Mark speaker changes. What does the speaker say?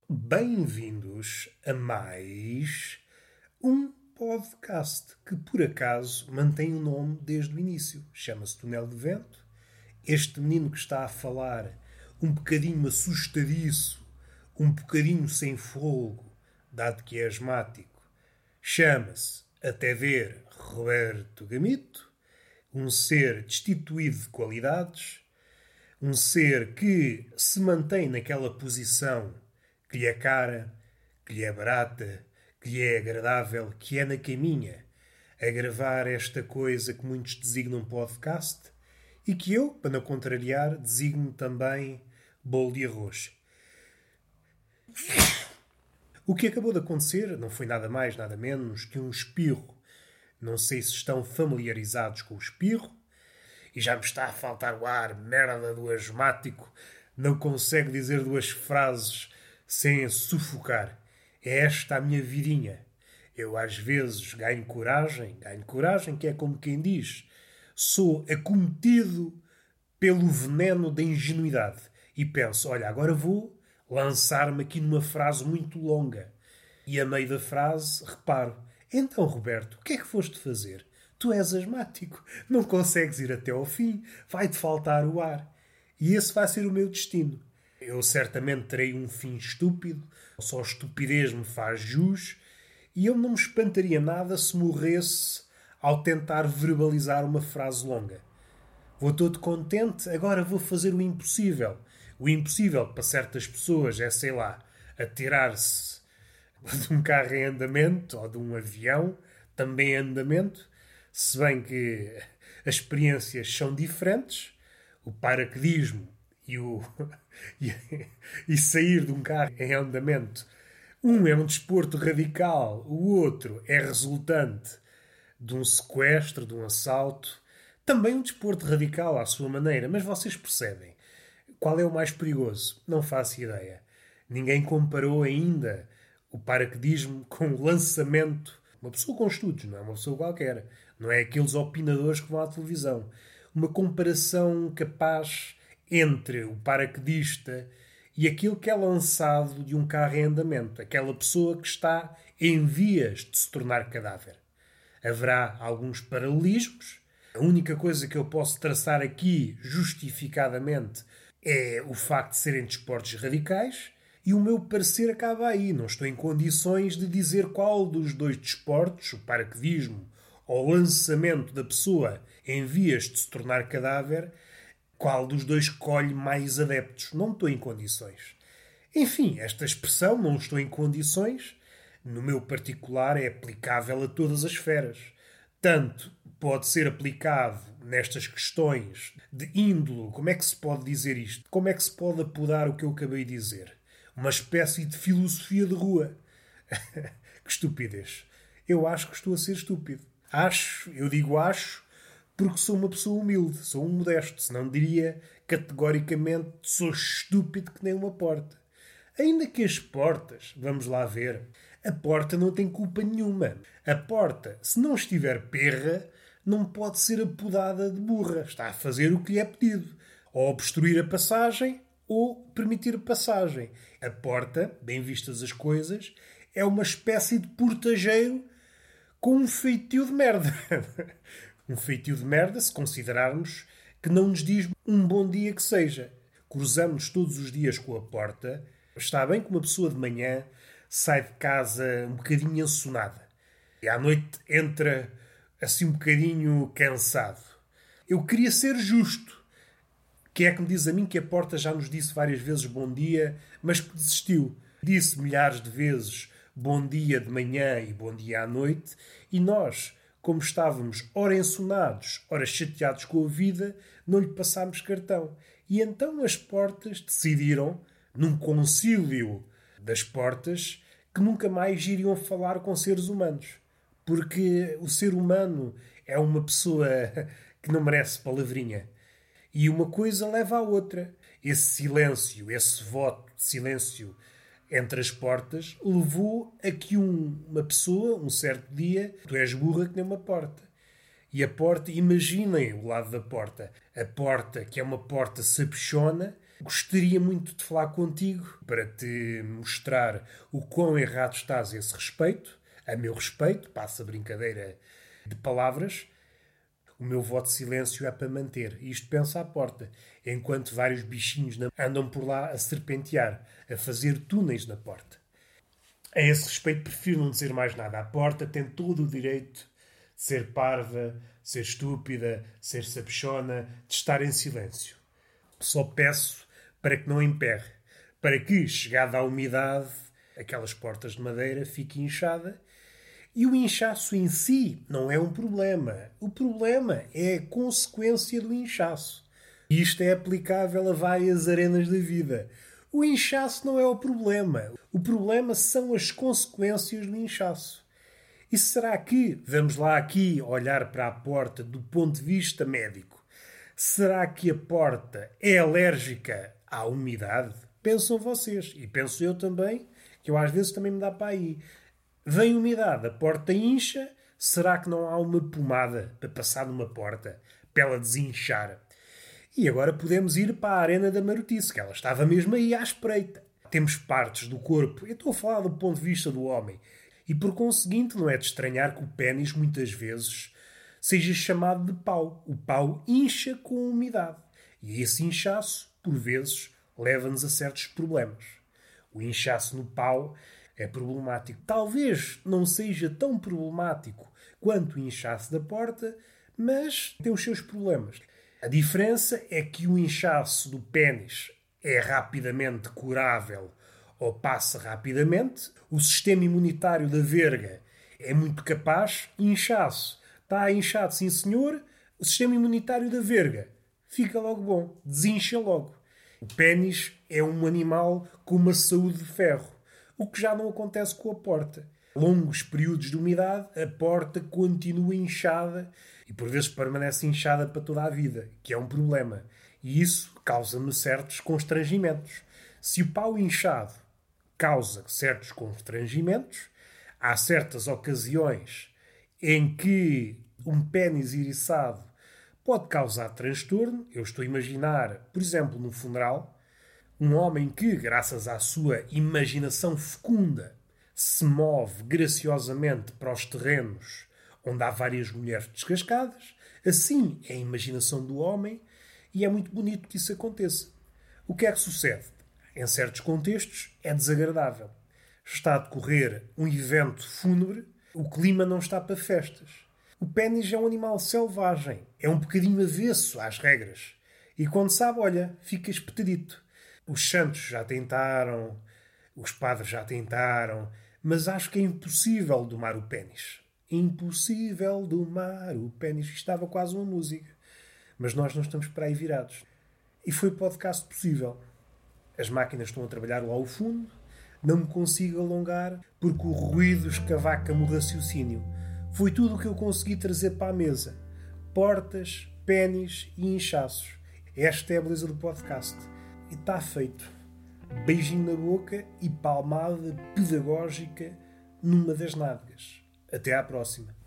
Speaker 1: Bem-vindos a mais um podcast que, por acaso, mantém o nome desde o início. Chama-se Túnel de Vento. Este menino que está a falar, um bocadinho assustadiço, um bocadinho sem fogo, dado que é asmático, chama-se, até ver, Roberto Gamito, um ser destituído de qualidades, um ser que se mantém naquela posição que lhe é cara, que lhe é barata, que lhe é agradável, que é na caminha, a gravar esta coisa que muitos designam podcast e que eu, para não contrariar, designo também bolo de arroz. O que acabou de acontecer não foi nada mais, nada menos que um espirro. Não sei se estão familiarizados com o espirro. E já me está a faltar o ar, merda do asmático. Não consegue dizer duas frases sem sufocar. É esta a minha vidinha. Eu às vezes ganho coragem, que é como quem diz. Sou acometido pelo veneno da ingenuidade. E penso, olha, agora vou lançar-me aqui numa frase muito longa. E a meio da frase, reparo, então Roberto, o que é que foste fazer? Tu és asmático, não consegues ir até ao fim, vai-te faltar o ar. E esse vai ser o meu destino. Eu certamente terei um fim estúpido, só a estupidez me faz jus, e eu não me espantaria nada se morresse ao tentar verbalizar uma frase longa. Vou todo contente, agora vou fazer o impossível. O impossível para certas pessoas é, sei lá, atirar-se de um carro em andamento ou de um avião, também em andamento, se bem que as experiências são diferentes. O paraquedismo e sair de um carro em andamento, um é um desporto radical, o outro é resultante de um sequestro, de um assalto. Também um desporto radical à sua maneira, mas vocês percebem. Qual é o mais perigoso? Não faço ideia. Ninguém comparou ainda o paraquedismo com o lançamento. Uma pessoa com estudos, não é uma pessoa qualquer. Não é aqueles opinadores que vão à televisão. Uma comparação capaz entre o paraquedista e aquilo que é lançado de um carro em andamento. Aquela pessoa que está em vias de se tornar cadáver. Haverá alguns paralelismos. A única coisa que eu posso traçar aqui, justificadamente, é o facto de serem desportos radicais. E o meu parecer acaba aí. Não estou em condições de dizer qual dos dois desportos, o paraquedismo ou o lançamento da pessoa em vias de se tornar cadáver, qual dos dois colhe mais adeptos. Não estou em condições. Enfim, esta expressão, não estou em condições, no meu particular é aplicável a todas as esferas. Tanto pode ser aplicado nestas questões de índole, como é que se pode dizer isto? Como é que se pode apodar o que eu acabei de dizer? Uma espécie de filosofia de rua. Que estupidez. Eu acho que estou a ser estúpido. Eu digo acho, porque sou uma pessoa humilde, sou um modesto, senão diria categoricamente sou estúpido que nem uma porta. Ainda que as portas, vamos lá ver, a porta não tem culpa nenhuma. A porta, se não estiver perra, não pode ser apodada de burra. Está a fazer o que lhe é pedido. Ou obstruir a passagem, ou permitir passagem. A porta, bem vistas as coisas, é uma espécie de portageiro com um feitio de merda. Um feitio de merda se considerarmos que não nos diz um bom dia que seja. Cruzamos todos os dias com a porta. Está bem que uma pessoa de manhã sai de casa um bocadinho ensonada. E à noite entra assim um bocadinho cansado. Eu queria ser justo. Quem é que me diz a mim que a porta já nos disse várias vezes bom dia, mas que desistiu? Disse milhares de vezes bom dia de manhã e bom dia à noite, e nós, como estávamos ora ensonados, ora chateados com a vida, não lhe passámos cartão. E então as portas decidiram, num concílio das portas, que nunca mais iriam falar com seres humanos. Porque o ser humano é uma pessoa que não merece palavrinha. E uma coisa leva à outra. Esse silêncio, esse voto de silêncio entre as portas, levou a que uma pessoa, um certo dia, tu és burra que nem uma porta. E a porta, imaginem o lado da porta. A porta, que é uma porta sabichona, Gostaria muito de falar contigo para te mostrar o quão errado estás a esse respeito, a meu respeito, passa a brincadeira de palavras. O meu voto de silêncio é para manter. Isto pensa à porta, enquanto vários bichinhos andam por lá a serpentear, a fazer túneis na porta. A esse respeito, prefiro não dizer mais nada. A porta tem todo o direito de ser parva, ser estúpida, ser sabichona, de estar em silêncio. Só peço para que não emperre, para que, chegada à umidade, aquelas portas de madeira fiquem inchadas. E o inchaço em si não é um problema. O problema é a consequência do inchaço. E isto é aplicável a várias arenas da vida. O inchaço não é o problema. O problema são as consequências do inchaço. E será que, vamos lá aqui olhar para a porta do ponto de vista médico, será que a porta é alérgica à umidade? Pensam vocês, e penso eu também, que eu às vezes também me dá para aí. Vem umidade, a porta incha, será que não há uma pomada para passar numa porta, para ela desinchar? E agora podemos ir para a arena da marotice, que ela estava mesmo aí à espreita. Temos partes do corpo, eu estou a falar do ponto de vista do homem, e por conseguinte não é de estranhar que o pénis muitas vezes seja chamado de pau. O pau incha com umidade. E esse inchaço, por vezes, leva-nos a certos problemas. O inchaço no pau é problemático. Talvez não seja tão problemático quanto o inchaço da porta, mas tem os seus problemas. A diferença é que o inchaço do pénis é rapidamente curável ou passa rapidamente. O sistema imunitário da verga é muito capaz. Inchaço. Está inchado, sim senhor. O sistema imunitário da verga fica logo bom. Desincha logo. O pénis é um animal com uma saúde de ferro. O que já não acontece com a porta. Longos períodos de umidade, a porta continua inchada e por vezes permanece inchada para toda a vida, que é um problema. E isso causa-me certos constrangimentos. Se o pau inchado causa certos constrangimentos, há certas ocasiões em que um pénis iriçado pode causar transtorno. Eu estou a imaginar, por exemplo, num funeral, um homem que, graças à sua imaginação fecunda, se move graciosamente para os terrenos onde há várias mulheres descascadas. Assim é a imaginação do homem e é muito bonito que isso aconteça. O que é que sucede? Em certos contextos é desagradável. Está a decorrer um evento fúnebre, o clima não está para festas. O pénis é um animal selvagem, é um bocadinho avesso às regras. E quando sabe, olha, fica espetadito. Os santos já tentaram, os padres já tentaram, mas acho que é impossível domar o pénis. Impossível domar o pénis. Estava quase uma música. Mas nós não estamos para aí virados. E foi o podcast possível. As máquinas estão a trabalhar lá ao fundo. Não me consigo alongar porque o ruído escavaca-me o raciocínio. Foi tudo o que eu consegui trazer para a mesa. Portas, pénis e inchaços. Esta é a beleza do podcast. E está feito. Beijinho na boca e palmada pedagógica numa das nádegas. Até à próxima.